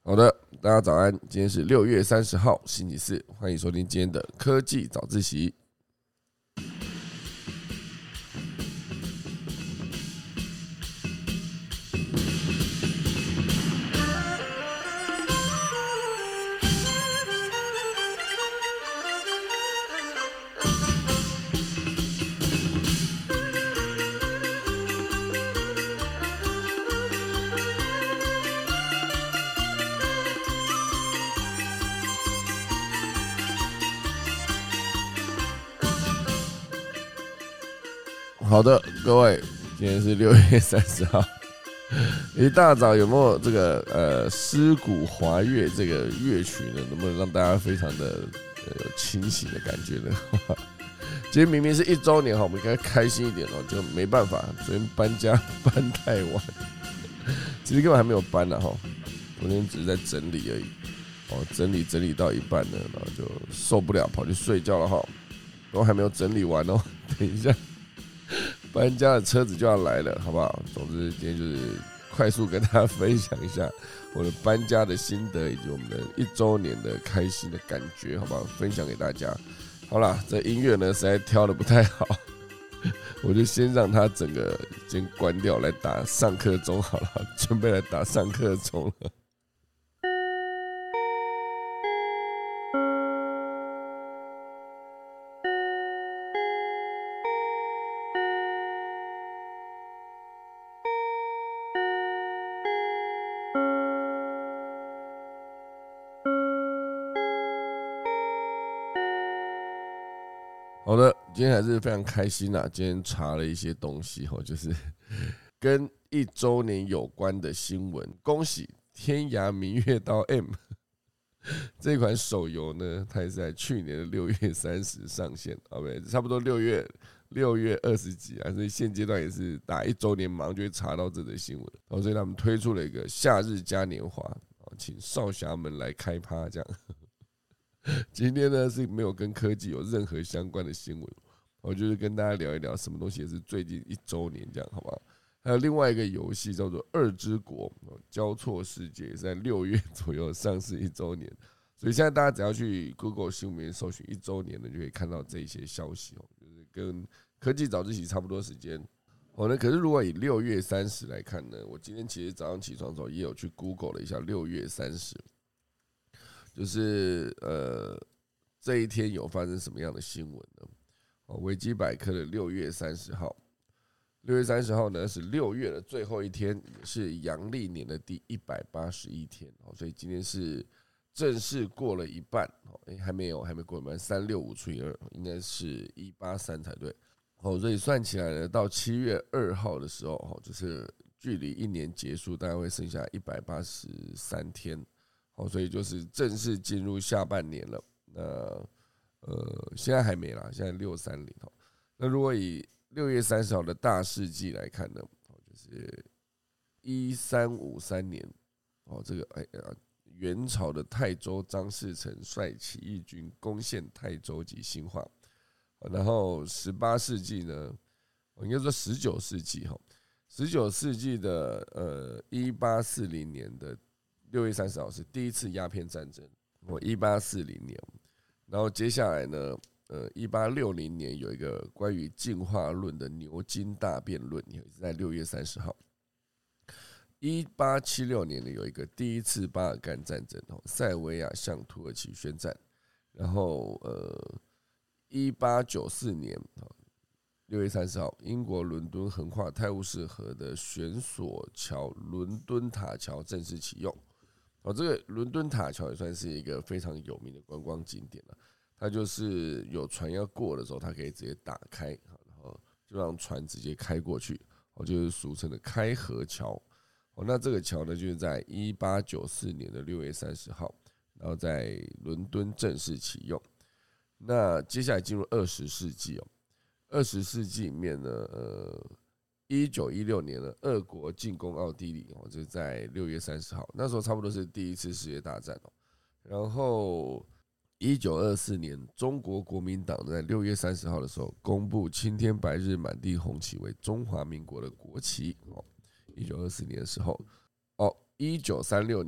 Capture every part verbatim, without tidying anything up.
好的，大家早安，今天是六月三十号，星期四，欢迎收听今天的科技早自习。好的，各位，今天是六月三十号，一大早有没有这个呃尸骨华乐这个乐曲呢？能不能让大家非常的呃有清醒的感觉呢？今天明明是一周年哈，我们应该开心一点哦，就没办法，昨天搬家搬太晚，其实根本还没有搬呢哈，昨天只是在整理而已，哦，整理整理到一半呢，然后就受不了，跑去睡觉了哈，都还没有整理完哦，等一下。搬家的车子就要来了，好不好？总之，今天就是快速跟大家分享一下我的搬家的心得，以及我们的一周年的开心的感觉，好不好？分享给大家。好啦，这音乐呢实在挑的不太好，我就先让它整个先关掉，来打上课钟好了，准备来打上课钟了。好的，今天还是非常开心啊！今天查了一些东西，就是跟一周年有关的新闻。恭喜天涯明月刀 M 这款手游呢，它也是在去年的六月三十上线，好不差不多六月六月二十几啊，所以现阶段也是打一周年，马上就会查到这则新闻。所以他们推出了一个夏日嘉年华，请少侠们来开趴，这样。今天呢是没有跟科技有任何相关的新闻，我就是跟大家聊一聊什么东西也是最近一周年这样，好不好？还有另外一个游戏叫做《二之国》交错世界，也是在六月左右上市一周年，所以现在大家只要去 Google 新闻里面搜寻一周年呢，就可以看到这些消息哦，就是跟科技早自习差不多时间。好，那可是如果以六月三十来看呢，我今天其实早上起床的时候也有去 Google 了一下六月三十。就是呃，这一天有发生什么样的新闻呢？哦，维基百科的六月三十号，六月三十号呢是六月的最后一天，也是阳历年的第一百八十一天。哦，所以今天是正式过了一半。哦，哎，还没有，还没过一半，三六五除以二，应该是一八三才对。哦，所以算起来呢，到七月二号的时候，哦，就是距离一年结束，大概会剩下一百八十三天。所以就是正式进入下半年了。那呃，现在还没啦，现在六三零。那如果以六月三十号的大事记来看呢，就是一三五三年，哦，这个哎呀，元朝的泰州张士诚率起义军攻陷泰州及兴化。然后十八世纪呢，应该说十九世纪哈，十九世纪的呃一八四零年的。六月三十号是第一次鸦片战争，我一八四零年，然后接下来呢，呃，一八六零年有一个关于进化论的牛津大辩论，也是在六月三十号。一八七六年呢有一个第一次巴尔干战争，塞尔维亚向土耳其宣战，然后呃，一八九四年六月三十号，英国伦敦横跨泰晤士河的悬索桥伦敦塔桥正式启用。哦，这个伦敦塔桥也算是一个非常有名的观光景点了。它就是有船要过的时候，它可以直接打开，然后就让船直接开过去，哦，就是俗称的开河桥。哦，那这个桥呢，就是在一八九四年的六月三十号，然后在伦敦正式启用。那接下来进入二十世纪哦，二十世纪里面呢，呃。一九一六年呢，俄国进攻奥地利，就是在六月三十号，那时候差不多是第一次世界大战。然后一九二四年，中国国民党在六月三十号的时候公布青天白日满地红旗为中华民国的国旗。一九二四年的时候，哦，一九三六年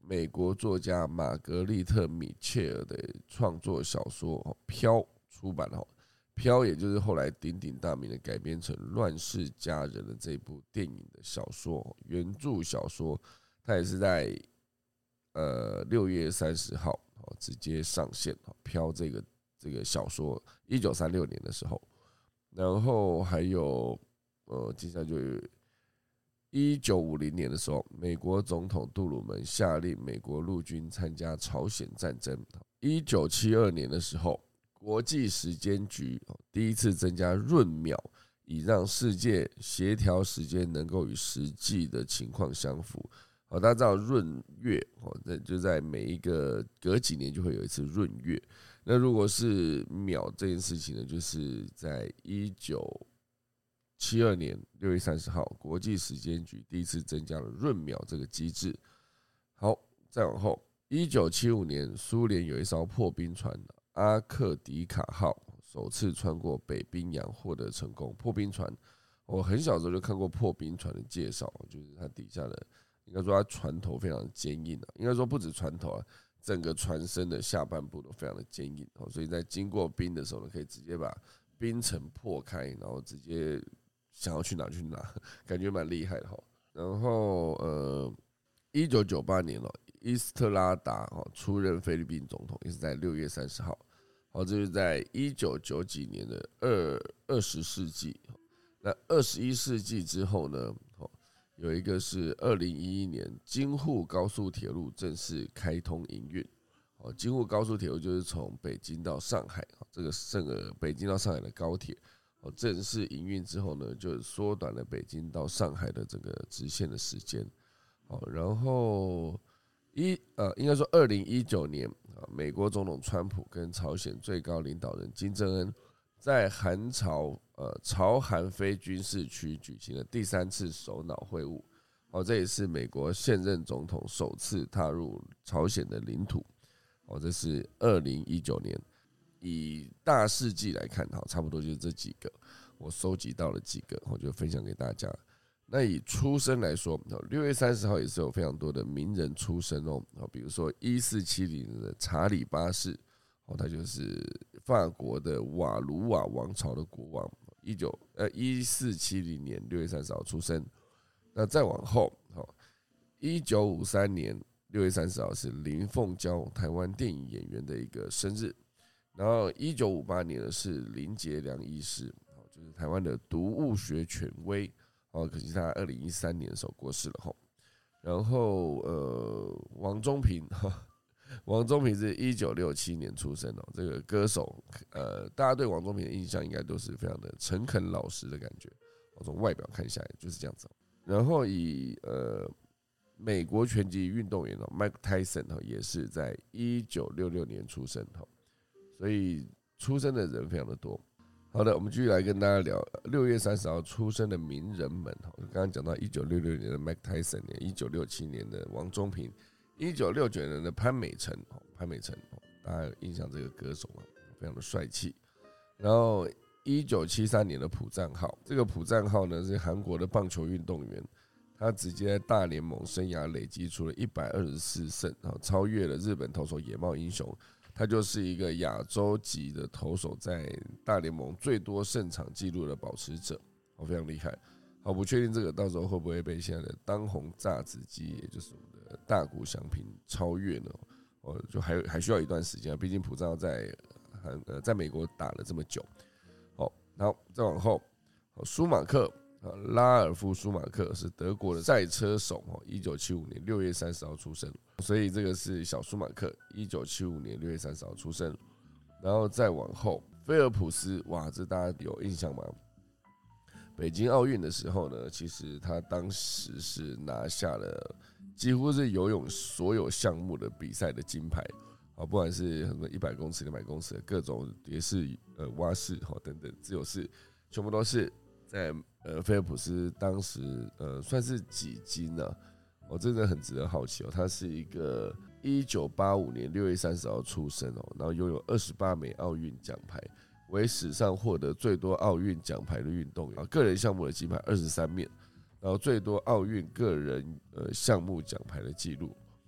美国作家玛格丽特·米切尔的创作小说《飘》出版了。飘也就是后来鼎鼎大名的改编成《乱世佳人》的这部电影的小说，原著小说，它也是在呃六月三十号直接上线。飘这个这个小说，一九三六年的时候，然后还有呃，接下来就一九五零年的时候，美国总统杜鲁门下令美国陆军参加朝鲜战争。一九七二年的时候，国际时间局第一次增加闰秒，以让世界协调时间能够与实际的情况相符。大家知道闰月，那就在每一个隔几年就会有一次闰月。那如果是秒这件事情呢，就是在一九七二年六月三十号，国际时间局第一次增加了闰秒这个机制。好，再往后，一九七五年，苏联有一艘破冰船阿克迪卡号首次穿过北冰洋获得成功。破冰船，我很小时候就看过破冰船的介绍，就是它底下的，应该说它船头非常坚硬，应该说不止船头啊，整个船身的下半部都非常的坚硬，所以在经过冰的时候呢，可以直接把冰层破开，然后直接想要去哪去哪，感觉蛮厉害的。然后呃，一九九八年了，伊斯特拉达出任菲律宾总统，也是在六月三十号。好，这是在一九九几年的二二十世纪。那二十一世纪之后呢，有一个是二零一一年，京沪高速铁路正式开通营运。京沪高速铁路就是从北京到上海，这个整个北京到上海的高铁。正式营运之后呢，就缩短了北京到上海的整个直线的时间。好，然后一呃，应该说二零一九年，美国总统川普跟朝鲜最高领导人金正恩在韩朝呃朝韩非军事区举行了第三次首脑会晤。好，这也是美国现任总统首次踏入朝鲜的领土。好，这是二零一九年。以大事记来看，好，差不多就是这几个，我收集到了几个，我就分享给大家。那以出生来说，六月三十号也是有非常多的名人出生哦，比如说一四七零年的查理八世，他就是法国的瓦卢瓦王朝的国王，一九呃一四七零年六月三十号出生。那再往后，一九五三年六月三十号是林凤娇，台湾电影演员的一个生日。然后一九五八年的是林杰良医师，就是台湾的毒物学权威，可惜他二零一三年的时候过世了。然后呃，王中平，王中平是一九六七年出生，这个歌手，呃，大家对王中平的印象应该都是非常的诚恳老实的感觉，从外表看下来就是这样子。然后以呃美国拳击运动员 Mike Tyson 也是在一九六六年出生。所以出生的人非常的多。好的，我们继续来跟大家聊六月三十号出生的名人们。刚刚讲到一九六六年的 Mike Tyson， 一九六七年的王中平，一九六九年的潘美辰。潘美辰，大家有印象这个歌手吗？非常的帅气。然后一九七三年的朴赞浩，这个朴赞浩呢是韩国的棒球运动员，他直接在大联盟生涯累积出了一百二十四胜，超越了日本投手野茂英雄。他就是一个亚洲级的投手，在大联盟最多胜场纪录的保持者，非常厉害。好，不确定这个到时候会不会被现在的当红炸子鸡，也就是我们的大谷翔平超越呢？哦，就还还需要一段时间，毕竟朴赞浩在呃在美国打了这么久。好，然后再往后，舒马克。拉尔夫·舒马克是德国的赛车手，一九七五年六月三十号出生，所以这个是小舒马克，一九七五年六月三十号出生。然后再往后，菲尔普斯，哇，这大家有印象吗？北京奥运的时候呢，其实他当时是拿下了几乎是游泳所有项目的比赛的金牌，不管是什么一百公尺、两百公尺，各种蝶式、呃蛙式等等自由式，全部都是在。呃，菲尔普斯当时呃算是几金呢、啊？我、哦、真的很值得好奇哦。他是一个一九八五年六月三十号出生哦，然后拥有二十八枚奥运奖牌，为史上获得最多奥运奖牌的运动员。个人项目的金牌二十三面，然后最多奥运个人呃项目奖牌的记录。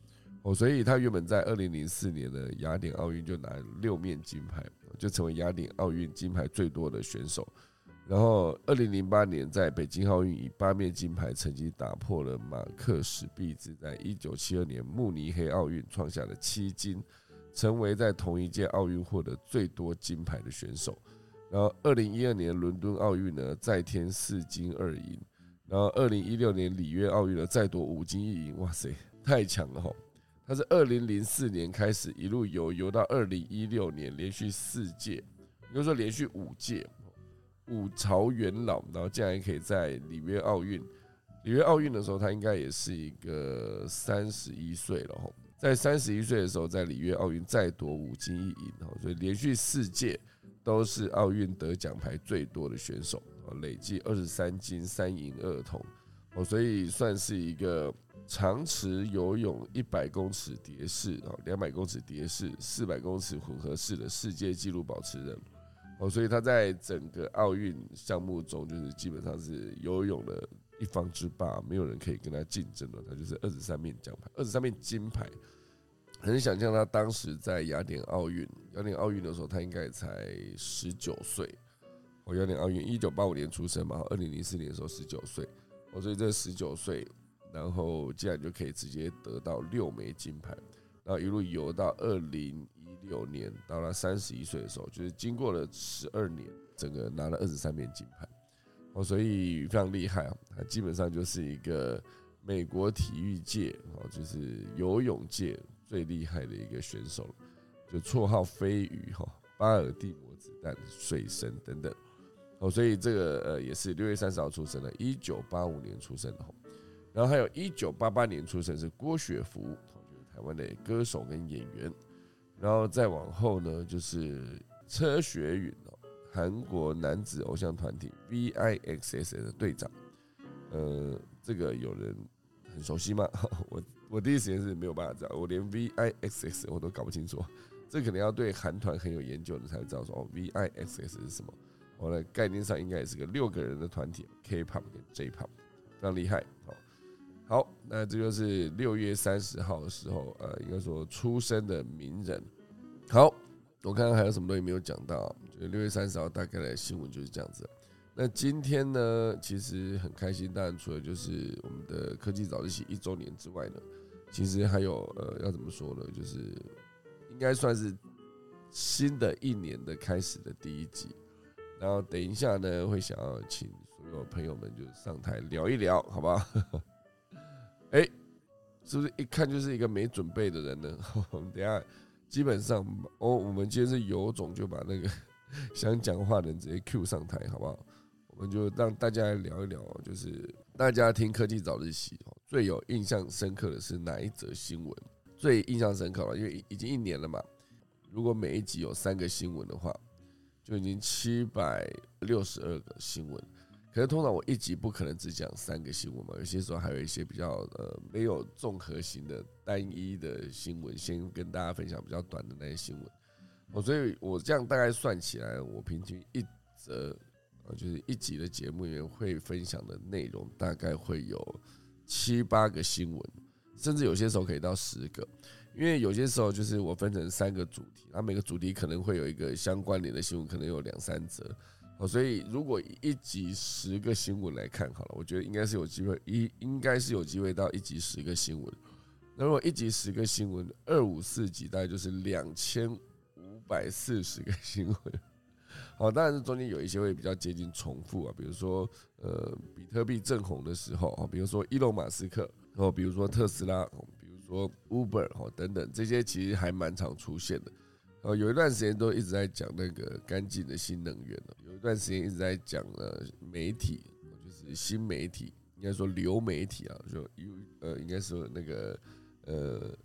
哦，所以他原本在二零零四年的雅典奥运就拿六面金牌，就成为雅典奥运金牌最多的选手。然后二零零八年在北京奥运以八面金牌成绩打破了马克史毕兹在一九七二年慕尼黑奥运创下的七金，成为在同一届奥运获得最多金牌的选手。然后二零一二年伦敦奥运呢再添四金二银，然后二零一六年里约奥运呢再夺五金一银，哇塞，太强了吼！他是二零零四年开始一路游游到二零一六年，连续四届，也就是说连续五届，五朝元老，然后竟然可以在里约奥运，里约奥运的时候他应该也是一个三十一岁了吼，在三十一岁的时候在里约奥运再夺五金一银，所以连续四届都是奥运得奖牌最多的选手，累计二十三金三银二铜，所以算是一个长池游泳一百公尺蝶式、两百公尺蝶式、四百公尺混合式的世界纪录保持人。所以他在整个奥运项目中，就是基本上是游泳的一方之霸，没有人可以跟他竞争的。他就是二十三面奖牌，二十三面金牌。很想象他当时在雅典奥运，雅典奥运的时候，他应该也才十九岁。雅典奥运一九八五年出生嘛，二零零四年的时候十九岁。所以这十九岁。然后竟然就可以直接得到六枚金牌，然后一路游到二零一六年，到了三十一岁的时候，就是经过了十二年，整个拿了二十三面金牌，哦，所以非常厉害啊！他基本上就是一个美国体育界，哦，就是游泳界最厉害的一个选手，就绰号飞鱼哈、巴尔的摩子弹、水神等等，哦，所以这个呃也是六月三十号出生的，一九八五年出生的。然后还有一九八八年出生是郭雪芙，就是台湾的歌手跟演员。然后再往后呢，就是车学允，韩国男子偶像团体 V I X X 的队长。呃，这个有人很熟悉吗？我我第一时间是没有办法知道，我连 V I X X 我都搞不清楚。这可能要对韩团很有研究的才会知道说，哦 ，V I X X 是什么。我的概念上应该也是个六个人的团体 ，K-pop 跟 J-pop， 非常厉害。好，那这就是六月三十号的时候，呃，应该说出生的名人。好，我看看还有什么东西没有讲到，就六月三十号大概的新闻就是这样子。那今天呢，其实很开心，当然除了就是我们的科技早自习一周年之外呢，其实还有呃，要怎么说呢，就是应该算是新的一年的开始的第一集。然后等一下呢，会想要请所有朋友们就上台聊一聊，好不好？哎、欸，是不是一看就是一个没准备的人呢？我们等一下基本上哦，我们今天是有种就把那个想讲话的人直接 Q 上台，好不好？我们就让大家来聊一聊，就是大家听科技早自习最有印象深刻的是哪一则新闻？最印象深刻了，因为已经一年了嘛。如果每一集有三个新闻的话，就已经七百六十二个新闻。可是通常我一集不可能只讲三个新闻嘛，有些时候还有一些比较呃没有综合型的单一的新闻，先跟大家分享比较短的那些新闻。哦，所以我这样大概算起来，我平均一则呃就是一集的节目里面会分享的内容大概会有七八个新闻，甚至有些时候可以到十个。因为有些时候就是我分成三个主题，然后每个主题可能会有一个相关联的新闻，可能有两三则。所以如果一集十个新闻来看好了，我觉得应该是有机会，应该是有机会到一集十个新闻。那如果一集十个新闻，二五四集大概就是两千五百四十个新闻。好，当然是中间有一些会比较接近重复啊，比如说呃比特币正红的时候，比如说伊隆马斯克，然后比如说特斯拉，比如说 Uber 等等，这些其实还蛮常出现的。有一段时间都一直在讲那个干净的新能源，有一段时间一直在讲呃媒体，就是新媒体，应该说流媒体啊，就呃应该说那个呃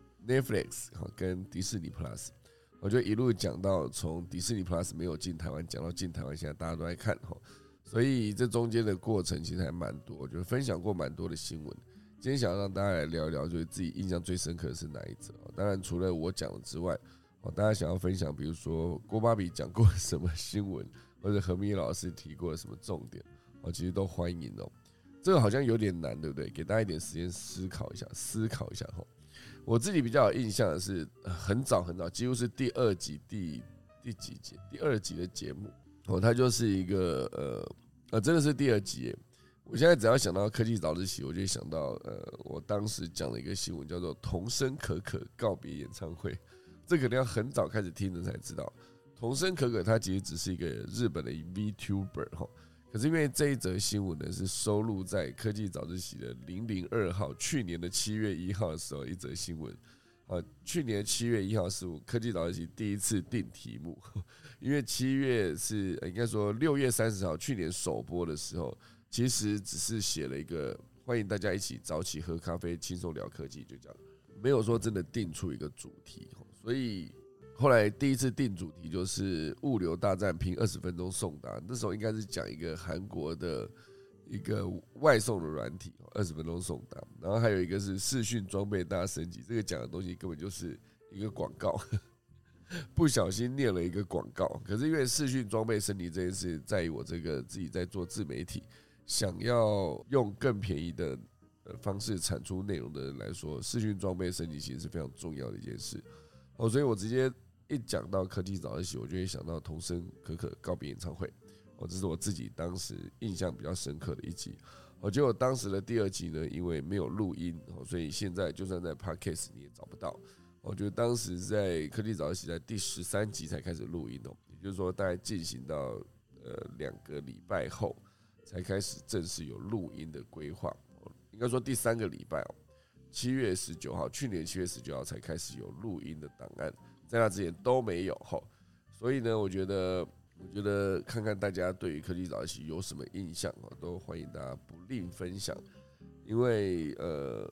Netflix 跟迪士尼 Plus， 我就一路讲到从迪士尼 Plus 没有进台湾讲到进台湾，现在大家都在看哈，所以这中间的过程其实还蛮多，就分享过蛮多的新闻。今天想要让大家来聊一聊，就是自己印象最深刻的是哪一则？当然除了我讲的之外。大家想要分享，比如说郭芭比讲过什么新闻，或者何明老师提过什么重点，其实都欢迎哦。这个好像有点难，对不对？给大家一点时间思考一下，思考一下。 我自己比较有印象的是很早很早，几乎是第二集第第几集第二集的节目哦，它就是一个呃呃真的是第二集耶。我现在只要想到科技早自习，我就会想到呃我当时讲的一个新闻，叫做童声可可告别演唱会。这可能要很早开始听的才知道，童声可可它其实只是一个日本的 VTuber 哈。可是因为这一则新闻呢，是收录在科技早自习的零零二号，去年的七月一号的时候一则新闻。啊，去年七月一号是我科技早自习第一次定题目，因为七月是应该说六月三十号，去年首播的时候，其实只是写了一个欢迎大家一起早起喝咖啡，轻松聊科技，就这样，没有说真的定出一个主题，所以。后来第一次定主题就是物流大战拼二十分钟送达，那时候应该是讲一个韩国的一个外送的软体，二十分钟送达。然后还有一个是视讯装备大升级，这个讲的东西根本就是一个广告，不小心念了一个广告。可是因为视讯装备升级这件事，在于我这个自己在做自媒体，想要用更便宜的方式产出内容的人来说，视讯装备升级其实是非常重要的一件事。哦，所以我直接。一讲到科技早自习，我就会想到童声可可告别演唱会，哦，这是我自己当时印象比较深刻的一集。哦，结果当时的第二集呢，因为没有录音，所以现在就算在 Podcast 你也找不到。我觉得当时在科技早自习在第十三集才开始录音哦，也就是说大概进行到呃两个礼拜后才开始正式有录音的规划。应该说第三个礼拜哦，七月十九号，去年七月十九号才开始有录音的档案。在那之前都没有哈，所以呢，我觉得，我觉得看看大家对于科技早自习有什么印象啊，都欢迎大家不吝分享。因为呃，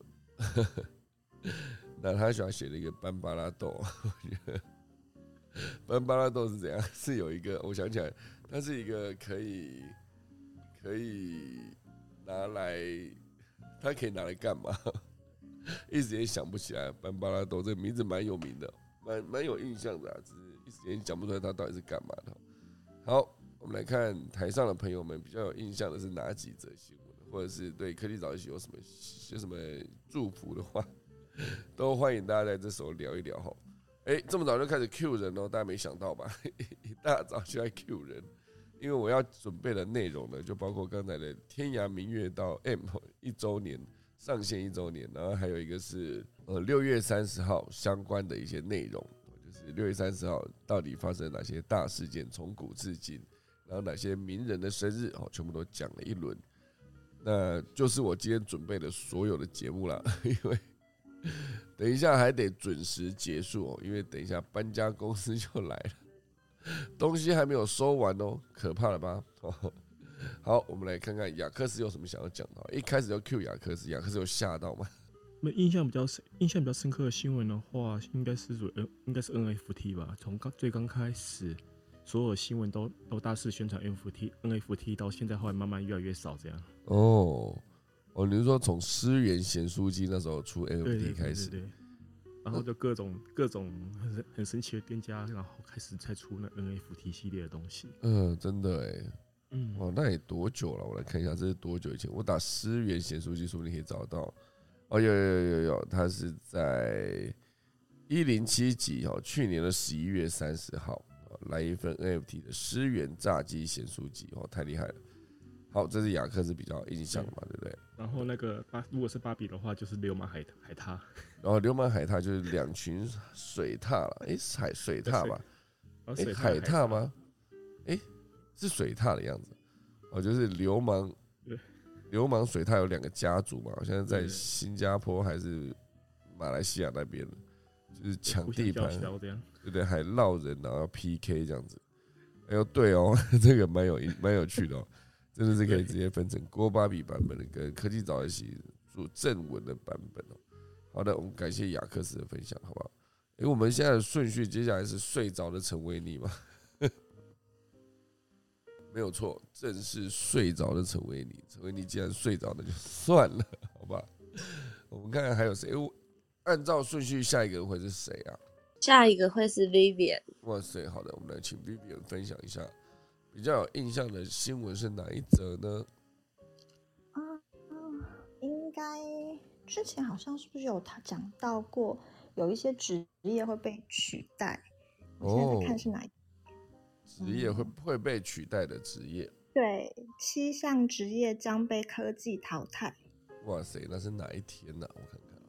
那他喜欢写了一个班巴拉豆，我觉得班巴拉豆是怎样？是有一个，我想起来，它是一个可以可以拿来，它可以拿来干嘛？一时也想不起来。班巴拉豆这个名字蛮有名的。蛮蛮有印象的、啊，只是一时间讲不出来他到底是干嘛的。好，我们来看台上的朋友们比较有印象的是哪几则新闻，或者是对科技早自习有什么有什么祝福的话，都欢迎大家在这时候聊一聊哈。哎，这么早就开始 Q 人哦，大家没想到吧？一大早就在 Q 人，因为我要准备的内容呢，就包括刚才的天涯明月到 M 一周年。上线一周年，然后还有一个是呃六月三十号相关的一些内容，就是六月三十号到底发生哪些大事件，从古至今，然后哪些名人的生日哦，全部都讲了一轮。那就是我今天准备的所有的节目啦，因为等一下还得准时结束哦，因为等一下搬家公司就来了，东西还没有收完哦，可怕了吧？好，我们来看看雅克斯有什么想要讲的。一开始要 Q 雅克斯，雅克斯有吓到吗？ 那印象比较深、印象比较深刻的新闻的话，应该是应该是 N F T 吧。从刚最刚开始，所有新闻都都大肆宣传 N F T，N F T 到现在后来慢慢越来越少这样。 哦哦，你是说从思源咸酥鸡那时候出 N F T 开始？ 对对对对对。然后就各种各种很很神奇的店家，然后开始才出那 N F T 系列的东西。 嗯、呃，真的哎。 嗯， 哇，那也多久了？我来看一下，这是多久以前？我打思源咸酥鸡，说不定可以找到。哦，有有有有有，它是在一零七集哦，去年的十一月三十号，来一份 N F T 的思源炸鸡咸酥鸡哦，太厉害了。好，这是雅克是比较印象嘛，对不对？ 然后那个巴，如果是芭比的话，就是流氓海海獭。 然后流氓海獭就是两群水獭了，哎，是海水獭吧？哎，海獭吗？哎。是水獭的样子，哦，就是流氓，流氓水獭有两个家族嘛，好像在新加坡还是马来西亚那边，就是抢地盘，对不对？还闹人，然后 P K 这样子。哎呦，对哦，这个蛮有蛮有趣的哦，真的是可以直接分成郭芭比版本的跟科技早自习做正文的版本哦。好的，我们感谢雅克斯的分享，好不好？哎，我们现在的顺序接下来是睡着的陈维尼嘛？没有错，正是睡着的陈维尼。陈维尼既然睡着，那就算了，好吧？我们看看还有谁。按照顺序，下一个会是谁啊？ 下一个会是 Vivian。 哇塞，好的，我们来请 Vivian 分享一下比较有印象的新闻是哪一则呢？ 啊，应该之前好像是不是有他讲到过，有一些职业会被取代？我现在在看是哪一、 哦、职业会、嗯、会被取代的职业？ 对，七项职业将被科技淘汰。 哇塞，那是哪一天呢、啊？我看看。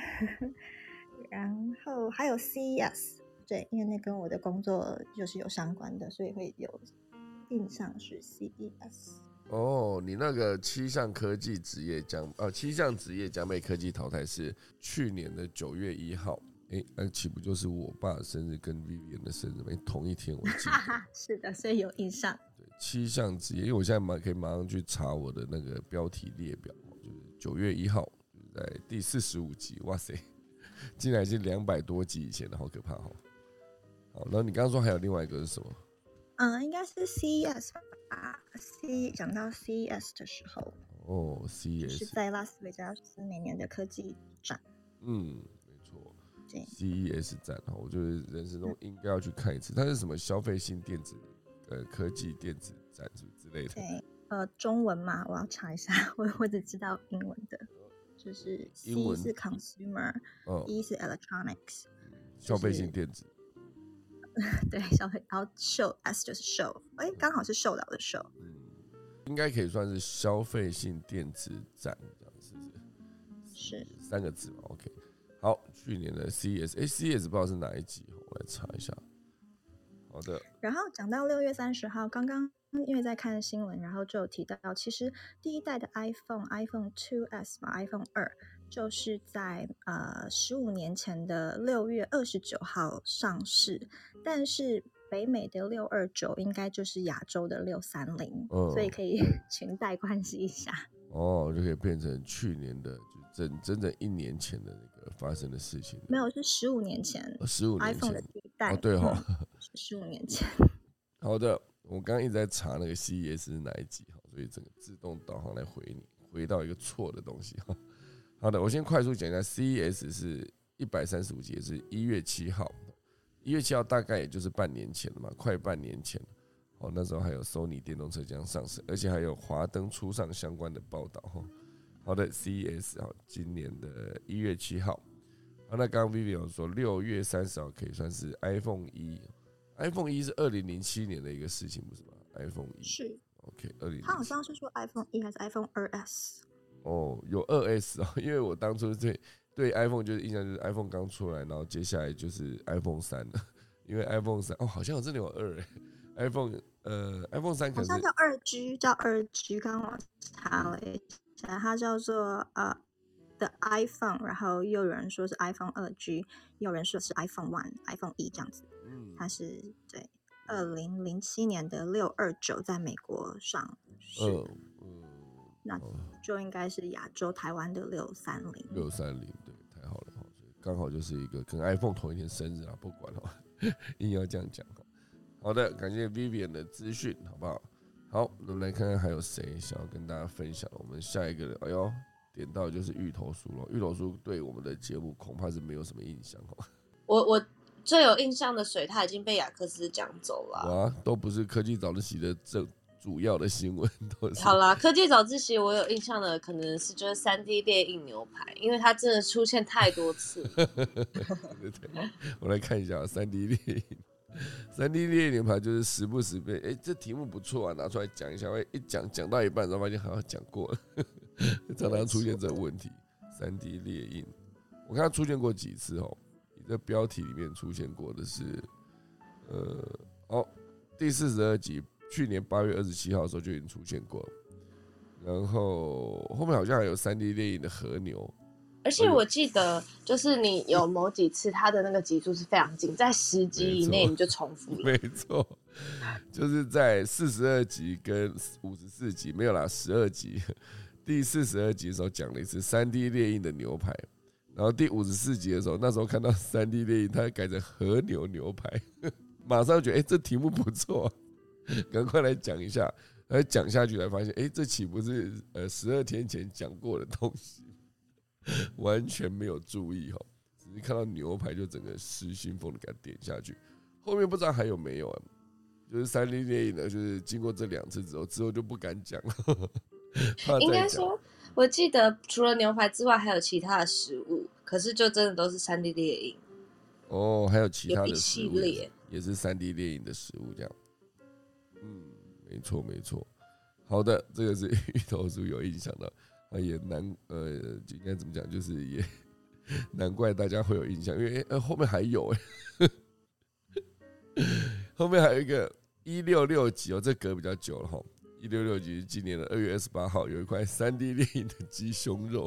然后还有 C E S， 对，因为那跟我的工作就是有相关的，所以会有印象是 C E S。 哦，你那个七项科技职业将呃、啊、七项职业将被科技淘汰是去年的九月一号，哎，那岂不就是我爸的生日跟 Vivian 的生日没同一天？我记得是的，所以有印象。 对，七项职业，因为我现在马可以马上去查我的那个标题列表，就是九月一号，就是在第四十五集，哇塞，竟然已经两百多集以前了，好可怕哦。好，然后你刚刚说还有另外一个是什么？ 嗯，应该是 C E S 吧。C 讲到 C E S 的时候， 哦 ，C E S 是在拉斯维加斯每年的科技展。 嗯，没错 ，C E S 展哈，我觉得人生中应该要去看一次。它是什么消费性电子呃科技电子展是不是之类的？ 对，呃，中文嘛，我要查一下，我我只知道英文的，就是 C 是 consumer， 哦 E 是 electronics，、 嗯、消费性电子。 对，消费，然后 show S 就是 show， 哎，刚好是受到的 show， 嗯，应该可以算是消费性电子展，这样是不是？ 是三个字嘛 ？OK， 好，去年的 C E S， 哎 ，C E S 不知道是哪一集，我来查一下。好的。 然后讲到六月三十号，刚刚因为在看新闻，然后就有提到，其实第一代的 iPhone，iPhone 二 S 嘛 ，iPhone 二。就是在呃十五年前的六月二十九号上市，但是北美的六二九应该就是亚洲的六三零，所以可以裙带关系一下。 哦，就可以变成去年的，就整整整一年前的那个发生的事情。 没有，是十五年前， 十五年前 iPhone 的第一代。 哦，对哈、哦， 是十五年前。 好的，我刚刚一直在查那个 C E S 是哪一集，所以整个自动导航来回你，回到一个错的东西哈。好的，我先快速讲一下 ，C E S 是一百三十五集，是一月七号，一月七号大概也就是半年前了嘛，快半年前了。哦，那时候还有 Sony 电动车将上市，而且还有华灯初上相关的报道哈。好的 ，C E S 哈，今年的一月七号。好，那刚刚 Vivian 有说六月三十号可以算是 iPhone 一 ，iPhone 一是二零零七年的一个事情，不是吗 ？iPhone 一是 ，OK， 二零零七。 他好像是说 iPhone 一还是 iPhone 二 S。 哦，有二 S 哦，因为我当初对对 iPhone 就是印象就是 iPhone 刚出来，然后接下来就是 iPhone 三了，因为 iPhone 三哦好像有真的有二哎 ，iPhone 呃 iPhone 三可是好像叫二 G， 叫二 G， 刚刚我查了一下，它叫做呃 The iPhone， 然后又有人说是 iPhone 二 G， 又有人说是 iPhone One、iPhone 一这样子，嗯，它是对二零零七年的六二九在美国上市。嗯嗯那就应该是亚洲台湾的六三零， 六三零，对，太好了，所以刚好就是一个跟 iPhone 同一天生日啊，不管了，硬要这样讲。好的，感谢 Vivian 的资讯，好不好？好，我们来看看还有谁想要跟大家分享。我们下一个，哎呦，点到就是芋头叔了。芋头叔对我们的节目恐怕是没有什么印象哦。 我我最有印象的水，它已经被雅克斯讲走了、啊。 哇，都不是科技早自习的正。主要的新闻都是好啦，科技早自习我有印象的可能是就是三 D 列印牛排，因为它真的出现太多次。 对对对，我来看一下三 D 列印，三 D 列印牛排就是时不时被哎、欸、这题目不错啊，拿出来讲一下，一讲讲到一半，然后发现好像讲过了，常常出现这个问题。三 D 列印，我看它出现过几次哦，你这标题里面出现过的是，呃，哦，第四十二集。去年八月二十七号的时候就已经出现过了，然后后面好像还有三 D 列印的和牛， 而且我记得就是你有某几次它的那个集数是非常近，在十集以内你就重复了， 没错，就是在四十二集跟五十四集没有啦，十二集，第四十二集的时候讲了一次三 D 列印的牛排，然后第五十四集的时候，那时候看到三 D 列印，它改成和牛牛排，马上觉得哎、欸，这题目不错、啊。赶快来讲一下，来讲下去才发现，哎、欸，这岂不是呃十二天前讲过的东西？完全没有注意哈，只是看到牛排就整个失心疯的给它点下去。后面不知道还有没有啊？就是三 D 列印呢，就是经过这两次之后，之后就不敢讲了。 应该说， 我记得除了牛排之外，还有其他的食物，可是就真的都是三 D 猎影。 哦，还有其他有一的食物系列， 也是三 D 猎影的食物，这样。嗯，没错没错。好的，这个是芋头酥有印象的，啊也难呃，应该怎么讲，就是也难怪大家会有印象，因为呃后面还有哎，后面还有一个一六六集哦，这隔比较久了哈。一六六集是今年的二月二十八号，有一块三 D 猎影的鸡胸肉。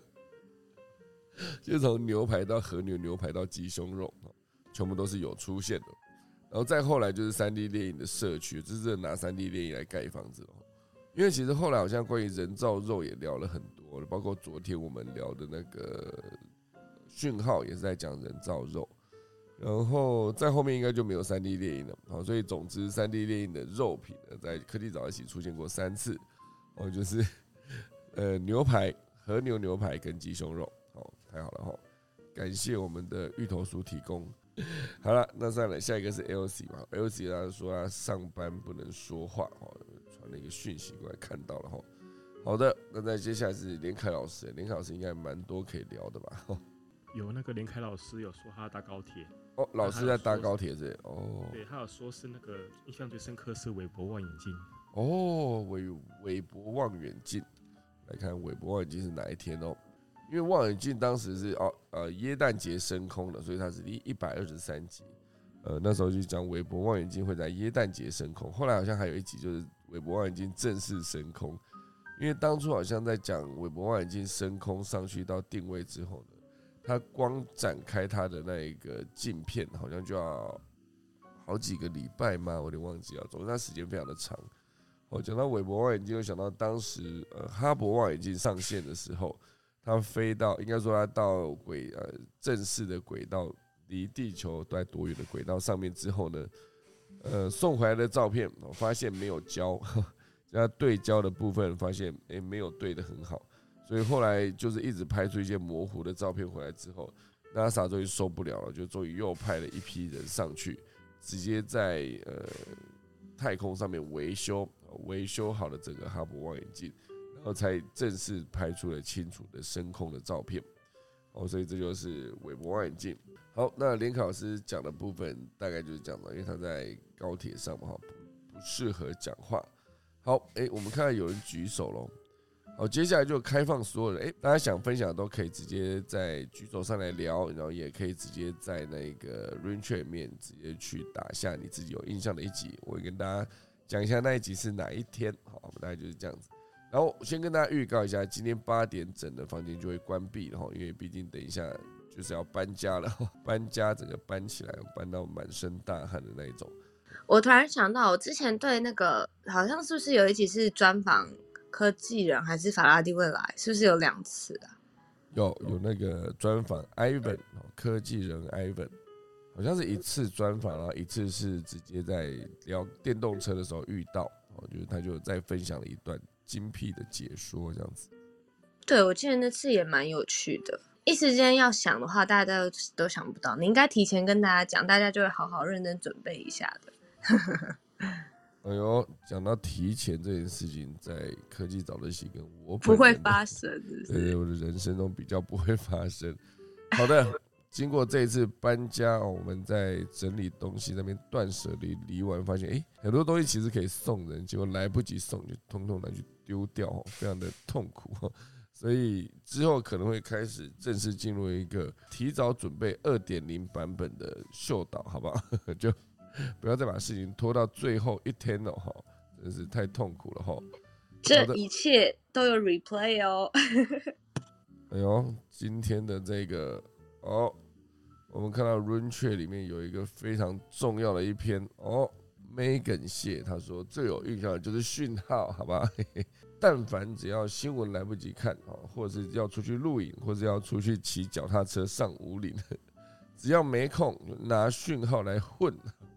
就从牛排到和牛，牛排到鸡胸肉，全部都是有出现的。然后再后来就是三 D 猎影的社区，这是拿三 D 猎影来盖房子。因为其实后来好像关于人造肉也聊了很多，包括昨天我们聊的那个讯号也是在讲人造肉。然后在后面应该就没有三 D 猎影了，好，所以总之三 D 猎影的肉品呢，在科技早一起出现过三次，哦，就是呃牛排、和牛牛排跟鸡胸肉。好，太好了哈！感谢我们的芋头酥提供。好了，那算了，下一个是 L C 嘛 ，L C 他说他上班不能说话，传了一个讯息过来，看到了哈。好的，那再接下来是连凯老师，连凯老师应该蛮多可以聊的吧？ 有那个连凯老师有说他搭高铁， 哦，老师在搭高铁这哦， 对，他有说是那个印象最深刻是韦伯望远镜。 哦，韦韦伯望远镜，来看韦伯望远镜是哪一天哦？因为望远镜当时是哦呃耶诞节升空的，所以它是第一百二十三集。呃，那时候就讲韦伯望远镜会在耶诞节升空，后来好像还有一集就是韦伯望远镜正式升空，因为当初好像在讲韦伯望远镜升空上去到定位之后呢，它光展开它的那一个镜片好像就要好几个礼拜嘛，我有点忘记了，总之它时间非常的长。哦，讲到韦伯望远镜，我想到当时呃哈勃望远镜上线的时候。它飞到，应该说它到轨呃正式的轨道，离地球大概多远的轨道上面之后呢，呃送回来的照片，我发现没有焦，它对焦的部分发现哎、欸、没有对得很好，所以后来就是一直拍出一些模糊的照片回来之后 ，NASA 终于受不了了，就终于又派了一批人上去，直接在呃太空上面维修，维修好了整个哈勃望远镜。然后才正式拍出了清楚的升空的照片，哦，所以这就是韦伯望远镜。好，那连考老师讲的部分大概就是这样吧，因为他在高铁上嘛，不不适合讲话。好，哎，我们看到有人举手喽。好，接下来就开放所有人，哎，大家想分享的都可以直接在举手上来聊，然后也可以直接在那个 Rain Chat 里面直接去打下你自己有印象的一集，我会跟大家讲一下那一集是哪一天。好，我们大概就是这样子。然后先跟大家预告一下，今天八点整的房间就会关闭了，因为毕竟等一下就是要搬家了，搬家整个搬起来，搬到满身大汗的那一种。 我突然想到，我之前对那个好像是不是有一集是专访科技人还是法拉第未来，是不是有两次啊？ 有有那个专访 Ivan 科技人 Ivan， 好像是一次专访，然后一次是直接在聊电动车的时候遇到，就是他就在分享了一段精辟的解说，这样子。 对，我记得那次也蛮有趣的。一时间要想的话，大家都都想不到。你应该提前跟大家讲，大家就会好好认真准备一下的。 哎呦，讲到提前这件事情，在科技早自习跟我不会发生是不是， 对对，我的人生中比较不会发生。好的，经过这一次搬家，我们在整理东西那边断舍离，离完发现，哎，很多东西其实可以送人，结果来不及送，就通通拿去丢掉，非常的痛苦。所以之后可能会开始正式进入一个提早准备 二点零 版本的秀导，好不好？就不要再把事情拖到最后一天了，真是太痛苦了。 这一切都有 replay 哦。 哎呦，今天的这个哦，我们看到 Rain Chat 里面有一个非常重要的一篇哦 ，Megan 谢他说最有印象的就是讯号，好吧？但凡只要新闻来不及看，或者是要出去录影，或者要出去骑脚踏车上武岭，只要没空拿讯号来混。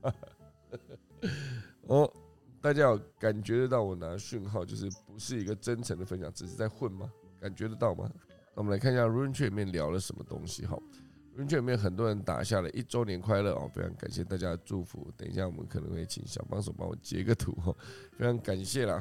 哦，大家有感觉得到我拿讯号就是不是一个真诚的分享，只是在混吗？感觉得到吗？那我们来看一下 Rain Chat 里面聊了什么东西。好 ，Rain Chat 里面很多人打下了一周年快乐哦，非常感谢大家的祝福。等一下我们可能会请小帮手帮我截个图哦，非常感谢啦哈。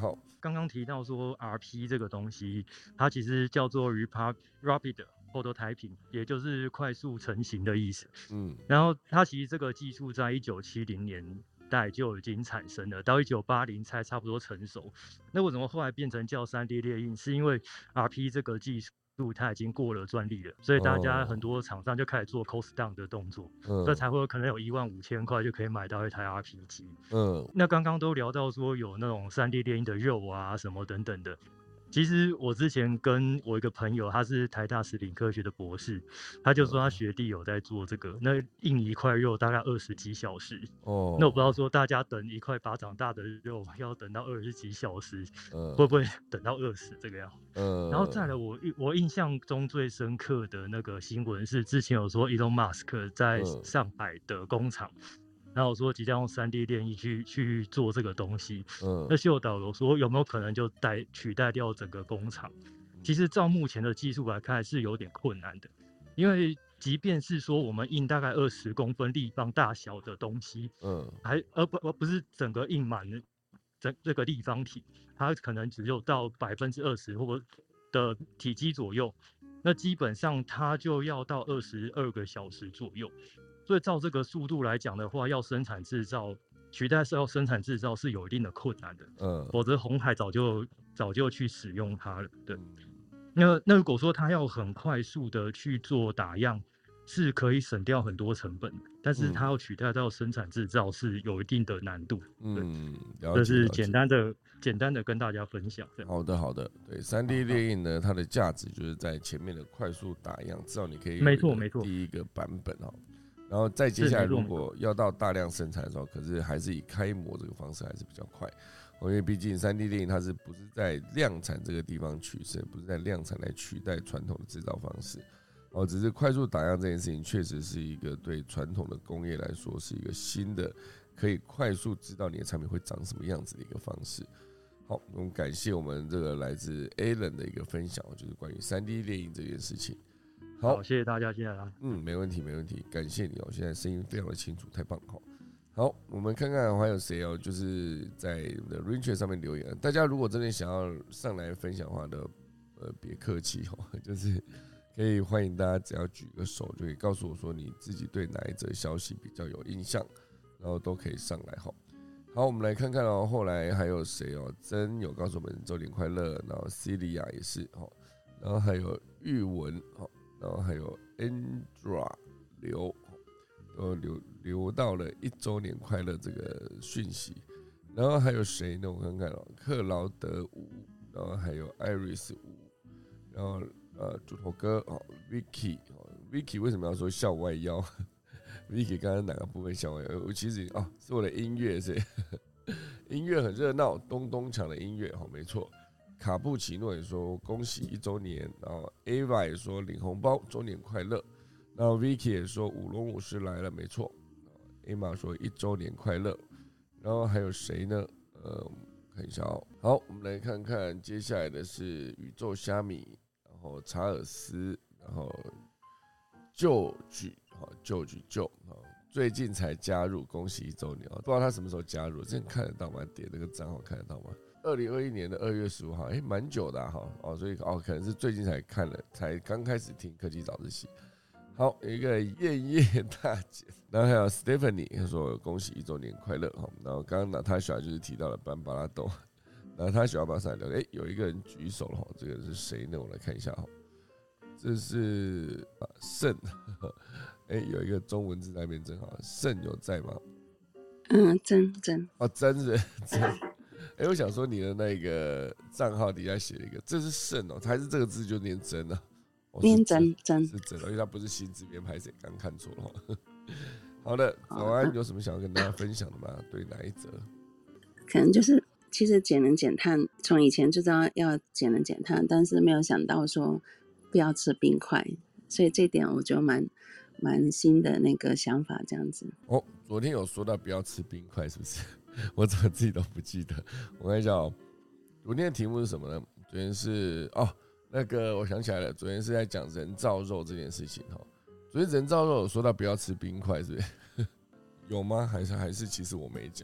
刚刚提到说 R P 这个东西，它其实叫做 Rapid Prototyping， 也就是快速成型的意思。嗯，然后它其实这个技术在一九七零年代就已经产生了，到一九八零才差不多成熟。那为什么后来变成叫 三 D 列印？是因为 R P 这个技术它已经过了专利了，所以大家很多厂商就开始做 cost down 的动作，所以才会有可能有一万五千块就可以买到一台 R P 机。嗯，那刚刚都聊到说有那种 三 D 列印的肉啊什么等等的。其实我之前跟我一个朋友，他是台大食品科学的博士，他就说他学弟有在做这个，那印一块肉大概二十几小时。哦，那我不知道说大家等一块巴掌大的肉要等到二十几小时，嗯、会不会等到饿死这个样？嗯，然后再来我我印象中最深刻的那个新闻是之前有说 Elon Musk 在上海的工厂。然后我说即将用 三 D 列印去去做这个东西，嗯，那秀导有说有没有可能就代取代掉整个工厂？其实照目前的技术来看是有点困难的，因为即便是说我们印大概二十公分立方大小的东西，嗯，还而不而不是整个印满整这个立方体，它可能只有到百分之二十或的体积左右，那基本上它就要到二十二个小时左右。所以照这个速度来讲的话，要生产制造取代是要生产制造是有一定的困难的，嗯，否则鸿海早就早就去使用它了，对。那那如果说它要很快速的去做打样，是可以省掉很多成本的，但是它要取代到生产制造是有一定的难度，嗯，这是简单的简单的跟大家分享。 好的好的，对， 三 D 列印呢，它的价值就是在前面的快速打样，至少你可以没错没错第一个版本哈。然后再接下来，如果要到大量生产的时候，可是还是以开模这个方式还是比较快，因为毕竟 三 D 列印它是不是在量产这个地方取胜，不是在量产来取代传统的制造方式，哦，只是快速打样这件事情确实是一个对传统的工业来说是一个新的可以快速知道你的产品会长什么样子的一个方式。好，我们感谢我们这个来自 Alan 的一个分享，就是关于 三 D 列印这件事情。 好，谢谢大家，谢谢大家。 嗯，没问题，没问题，感谢你哦，现在声音非常的清楚，太棒了。好，我们看看还有谁哦，就是在我们的 Ranger 上面留言。大家如果真的想要上来分享的话呢，呃，别客气哦，就是可以欢迎大家，只要举个手就可以告诉我说你自己对哪一则消息比较有印象，然后都可以上来哈。好，我们来看看哦，后来还有谁哦？真有告诉我们周年快乐，然后 Celia 也是哈，然后还有玉文哈。然后还有 Andra 留，都留留到了一周年快乐这个讯息。然后还有谁呢？我看看哦，克劳德五，然后还有 Iris 五，然后呃猪头哥哦 ，Vicky 哦 ，Vicky 为什么要说校外腰？Vicky 刚刚哪个部分校外腰？我其实哦，是我的音乐是，音乐很热闹，咚咚锵的音乐，好，没错。卡布奇诺也说恭喜一周年，然后 Ava 也说领红包，周年快乐。然后 Vicky 也说舞龙舞狮来了，没错。Emma 说一周年快乐。然后还有谁呢？呃，看一下哦。好，我们来看看接下来的是宇宙虾米，然后查尔斯，然后旧举，好旧举旧，最近才加入，恭喜一周年。不知道他什么时候加入，这看得到吗？点那个账号看得到吗？二零二一年的二月十五号，哎，蛮久的哈、啊，哦，所以哦，可能是最近才看了，才刚开始听科技早自习。好，有一个艳艳大姐，然后还有 Stephanie， 她说恭喜一周年快乐哈。然后刚刚娜塔莎就是提到了班巴拉豆，然后他喜欢马上聊，哎，有一个人举手了哈，这个是谁呢？我来看一下哈，这是啊盛，哎，有一个中文字在那边正好，盛有在吗？ 嗯，真真哦，真是真。哎、欸，我想说你的那个账号底下写了一个，这是肾哦，还是这个字就念真啊？ 哦、念真真是真哦，因为它不是新字边拍，谁刚看错了。好的，早安，有什么想要跟大家分享的吗？对哪一则？ 可能就是其实节能减碳，从以前就知道要节能减碳，但是没有想到说不要吃冰块，所以这点我觉得蛮蛮新的那个想法，这样子。 哦，昨天有说到不要吃冰块，是不是？我怎么自己都不记得？我跟你讲、哦，昨天的题目是什么呢？昨天是哦，那个我想起来了，昨天是在讲人造肉这件事情哈。昨天人造肉有说到不要吃冰块，是不是？有吗？还是还是其实我没讲？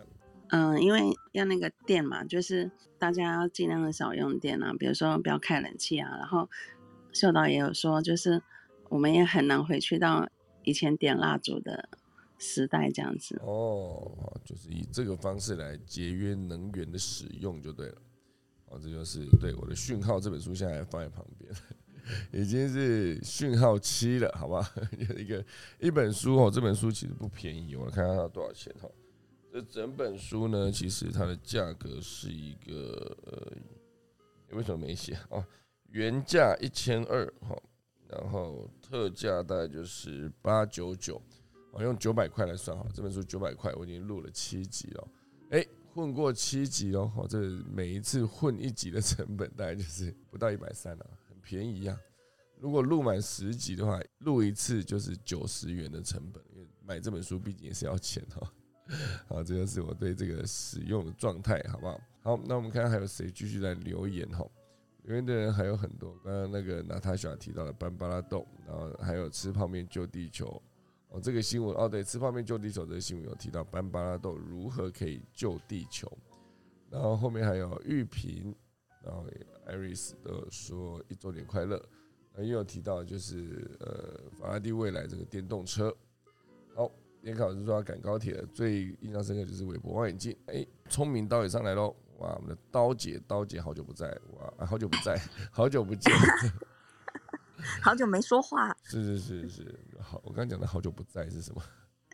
嗯、呃，因为要那个电嘛，就是大家要尽量的少用电啊，比如说不要开冷气啊。然后秀导也有说，就是我们也很难回去到以前点蜡烛的时代这样子。 哦，就是以这个方式来节约能源的使用就对了。哦，这就是对我的讯号这本书现在放在旁边，已经是讯号七了，好吧？一个一本书哦，这本书其实不便宜，我看看它多少钱哈。这整本书呢，其实它的价格是一个呃，为什么没写啊？原价一千二哈，然后特价大概就是八九九，我用九百块来算好了。这本书九百块，我已经录了七集了，哎、欸，混过七集喽，这每一次混一集的成本大概就是不到一百三啊，很便宜啊。如果录满十集的话，录一次就是九十元的成本，因为买这本书毕竟也是要钱哈。好，这就是我对这个使用的状态，好不好？好，那我们看看还有谁继续来留言哈。留言的人还有很多，刚刚那个娜塔莎提到的班巴拉豆，然后还有吃泡面救地球哦，这个新闻哦，对，吃泡面救地球这个新闻有提到班巴拉豆如何可以救地球，然后后面还有玉萍，然后 Iris 都有说一周年快乐，也有提到就是呃法拉第未来这个电动车。好，联考是说要赶高铁的，最印象深刻就是韦伯望远镜，哎，聪明刀也上来喽。哇，我们的刀姐，刀姐好久不在，哇，啊、好久不在，好久不见， 好久没说话。 是是是是，好，我刚刚讲的好久不在是什么？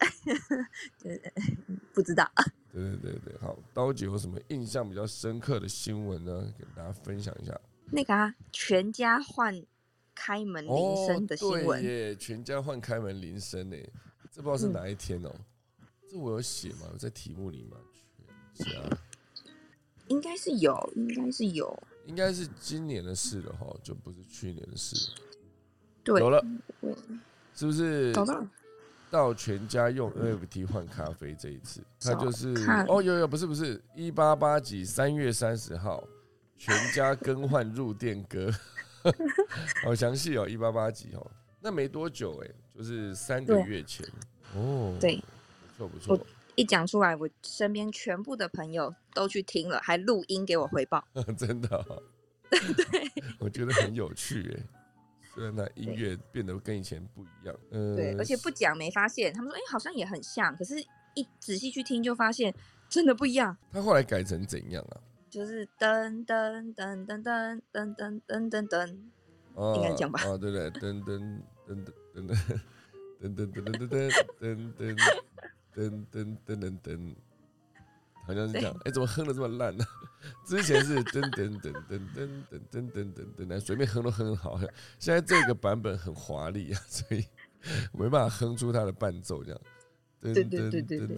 不知道。 对对对对，好，刀姐有什么印象比较深刻的新闻呢？给大家分享一下。 那个啊，全家换开门铃声的新闻。 哦，对耶，全家换开门铃声呢，这不知道是哪一天哦。嗯、这我有写吗？有在题目里吗？全家。 应该是有，应该是有， 应该是今年的事了哈，就不是去年的事。 对， 有了，是不是？ 找到到全家用 N F T 换咖啡这一次，它就是哦，有有不是不是，一八八集三月三十号，全家更换入店歌，好详细哦，一八八集哦，那没多久哎，就是三个月前哦， 对， 不错不错。 一讲出来，我身边全部的朋友都去听了，还录音给我回报。 真的、哦， 对， 我觉得很有趣哎。虽然那音乐变得跟以前不一样，呃， 对，而且不讲没发现，他们说哎、欸、好像也很像，可是一仔细去听就发现真的不一样。 他后来改成怎样啊？ 就是噔噔噔噔噔噔噔噔噔噔， 哦、 应该这样吧？ 哦，对对，噔噔噔噔噔噔噔噔噔噔噔噔噔。噔噔噔噔噔，好像是这样。哎、欸，怎么哼的这么烂呢、啊？之前是噔噔噔噔噔噔噔噔噔噔，随便哼都哼好。现在这个版本很华丽啊，所以我没办法哼出它的伴奏这样。噔噔噔噔噔噔噔噔噔噔噔噔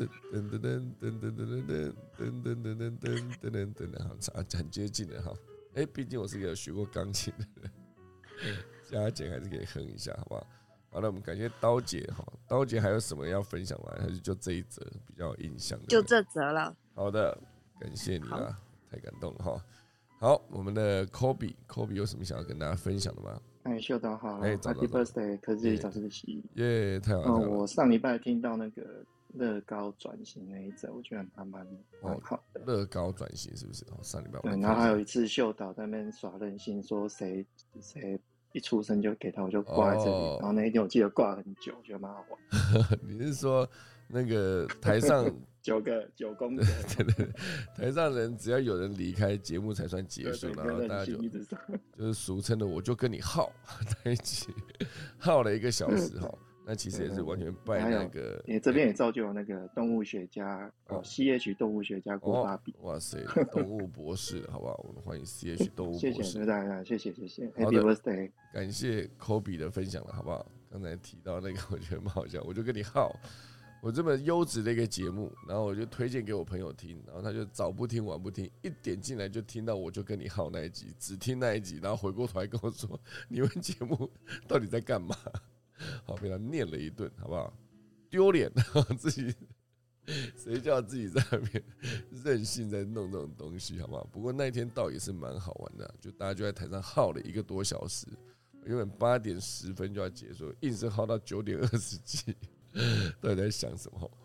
噔噔噔噔噔，好差，很接近的哈。哎，毕竟我是一个有学过钢琴的人，加减还是可以哼一下，好不好？好，那我们感谢刀姐哈，刀姐还有什么要分享吗？还是就这一则比较有印象的？ 就这则了。 好的，感谢你啦，太感动了哈。好，我们的 Kobe，Kobe 有什么想要跟大家分享的吗？ 哎，秀导好， 哎 ，Happy Birthday，可是自己早自习。 耶，太好了！ 哦，我上礼拜听到那个乐高转型那一则，我觉得还蛮蛮好的。 乐高转型是不是？哦，上礼拜我对，然后还有一次秀导在那边耍任性，说谁谁。一出生就给他，我就挂在这里。哦、然后那一天我记得挂很久，我觉得蛮好玩。 你是说那个台上九个九公格？ 对对对，台上人只要有人离开，节目才算结束，然后大家就就是俗称的，我就跟你耗在一起，耗了一个小时哈。那其实也是完全拜那个， 你这边也造就了那个动物学家哦 ，C H 动物学家郭芭比、 哦，哇塞，动物博士，好不好？我们欢迎 C H 动物博士， 谢谢大家，谢谢谢谢 ，Happy Birthday， 感谢 Kobe 的分享了，好不好？刚才提到那个，我觉得蛮好笑，我就跟你耗，我这么优质的一个节目，然后我就推荐给我朋友听，然后他就早不听晚不听，一点进来就听到我就跟你耗那一集，只听那一集，然后回过头来跟我说，你们节目到底在干嘛？好，被他念了一顿，好不好？丢脸，自己谁叫自己在那边任性在弄这种东西，好不好？不过那一天倒也是蛮好玩的、啊，就大家就在台上耗了一个多小时，原本八点十分就要结束，硬是耗到九点二十几，到底在想什么？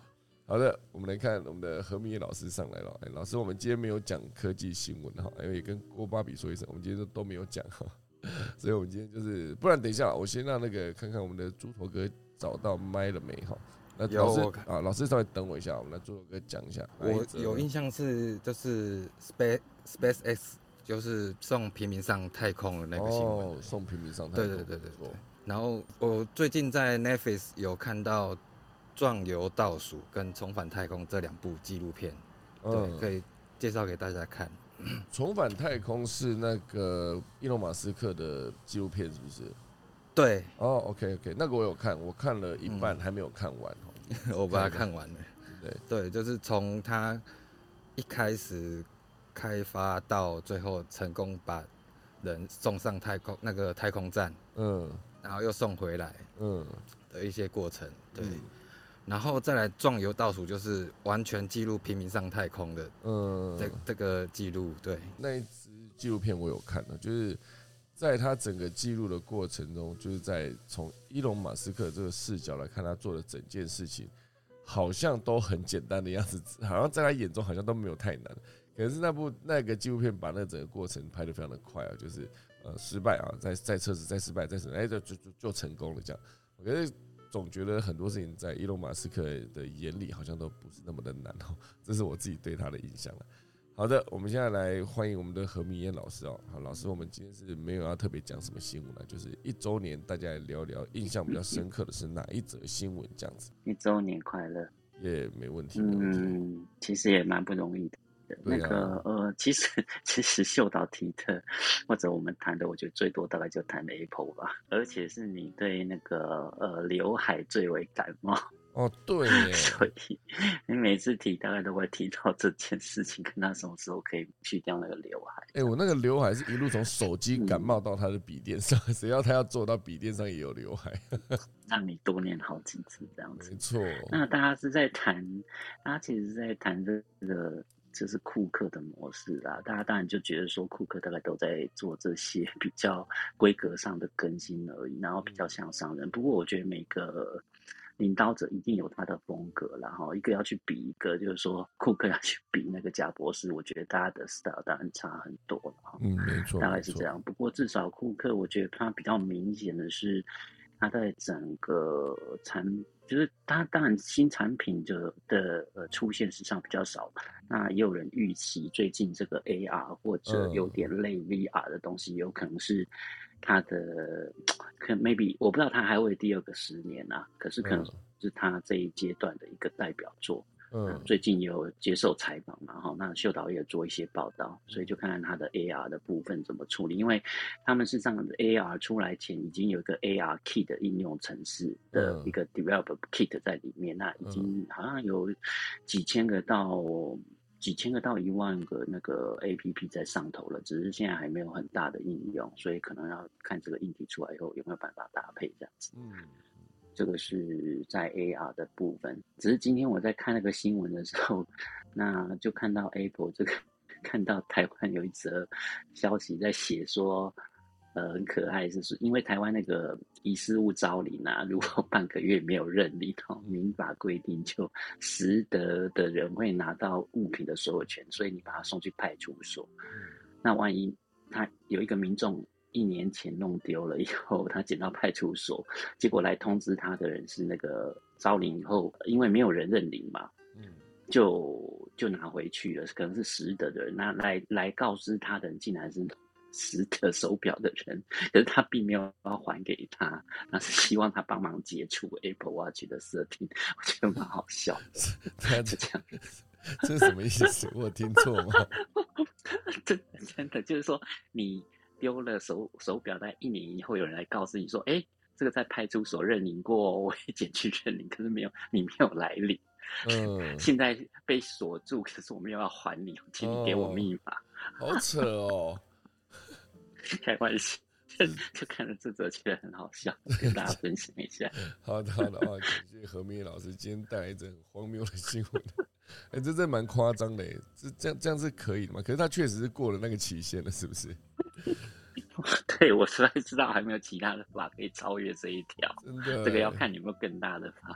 好的，我们来看我们的何明业老师上来了。哎，老师，我们今天没有讲科技新闻哈，因为也跟郭芭比说一声，我们今天都都没有讲哈，所以我们今天就是，不然等一下，我先让那个看看我们的猪头哥找到麦了没哈。那老师啊，老师稍微等我一下，我们来猪头哥讲一下。 我有印象是就是 Space SpaceX 就是送平民上太空的那个新闻。 哦，送平民上太空。 对对对对对。然后我最近在 Netflix 有看到。壮游倒数跟重返太空这两部纪录片，对，嗯、可以介绍给大家看。 重返太空是那个伊隆马斯克的纪录片，是不是？ 对。 哦 ，OK OK， 那个我有看，我看了一半，嗯、还没有看完。 我把它看完了。对对，就是从他一开始开发到最后成功把人送上太空那个太空站，嗯，然后又送回来，嗯的一些过程，对。嗯，然后再来壮游倒数，就是完全记录平民上太空的，嗯，这这个记录，对。 那一支纪录片我有看的，就是在他整个记录的过程中，就是在从伊隆马斯克这个视角来看他做的整件事情，好像都很简单的样子，好像在他眼中好像都没有太难。可是那部那个纪录片把那整个过程拍得非常的快啊，就是呃失败啊，再再测试，再失败，再失败，哎，就就就成功了这样。我觉得。总觉得很多事情在伊隆马斯克的眼里好像都不是那么的难哦，这是我自己对他的印象了。好的，我们现在来欢迎我们的何明彦老师哦。好，老师，我们今天是没有要特别讲什么新闻了，就是一周年，大家来聊聊印象比较深刻的是哪一则新闻这样子。 一周年快乐， 也、yeah, 没问题，没问题。 嗯，其实也蛮不容易的。那个、啊、呃，其实其实秀导提的，或者我们谈的，我觉得最多大概就谈 Apple 吧，而且是你对那个呃刘海最为感冒哦，对耶， 所以你每次提大概都会提到这件事情，跟他什么时候可以去掉那个刘海。 哎、欸，我那个刘海是一路从手机感冒到他的笔电上，谁、嗯、要他要做到笔电上也有刘海， 让你多念好几次这样子。 没错。 那大家是在谈，大家其实是在谈这个。就是库克的模式啦，大家当然就觉得说库克大概都在做这些比较规格上的更新而已，然后比较像商人。不过我觉得每个领导者一定有他的风格啦，哈，一个要去比一个，就是说库克要去比那个贾博士，我觉得大家的 style 当然差很多了， 嗯，没错， 大概是这样。不过至少库克，我觉得他比较明显的是，他在整个产。就是它当然新产品的的呃出现时常比较少，那也有人预期最近这个 A R 或者有点类 V R 的东西，有可能是它的可能 maybe 我不知道它还会第二个十年啊，可是可能是它这一阶段的一个代表作。嗯，最近也有接受采访嘛，哈，那秀导也做一些报道，所以就看看他的 A R 的部分怎么处理，因为他们事实上 A R 出来前已经有一个 A R Kit 的应用程式的一个 Develop Kit 在里面，那已经好像有几千个到几千个到一万个那个 A P P 在上头了，只是现在还没有很大的应用，所以可能要看这个硬体出来以后有没有办法搭配这样子。嗯。这个是在 A R 的部分，只是今天我在看那个新闻的时候，那就看到 Apple 这个，看到台湾有一则消息在写说，呃，很可爱，是因为台湾那个遗失物招领啊，如果半个月没有认领，民法规定就拾得的人会拿到物品的所有权，所以你把它送去派出所。那万一他有一个民众。一年前弄丢了以后，他捡到派出所，结果来通知他的人是那个招领以后，因为没有人认领嘛，嗯，就就拿回去了，可能是拾得的人，那来来告知他的人竟然是拾得手表的人，可是他并没有要还给他，那是希望他帮忙解除 Apple Watch 的设定，我觉得蛮好笑的。 他就这样， 这是什么意思？我有听错吗？ 真的真的就是说你。丢了手手表，在一年以后，有人来告诉你说：“哎，这个在派出所认领过，我也捡去认领，可是没有，你没有来领。嗯，现在被锁住，可是我们又要还你，请你给我密码。 哦”好扯哦！ 开玩笑，就看了这则，觉得很好笑，跟大家分享一下。 好的，好的，好，感谢何明老师今天带来一则很荒谬的新闻。哎、欸，这真蛮夸张的，这这样这样是可以的吗？可是他确实是过了那个期限了，是不是？ 对，我实在知道还没有其他的法可以超越这一条， 真的， 这个要看有没有更大的法。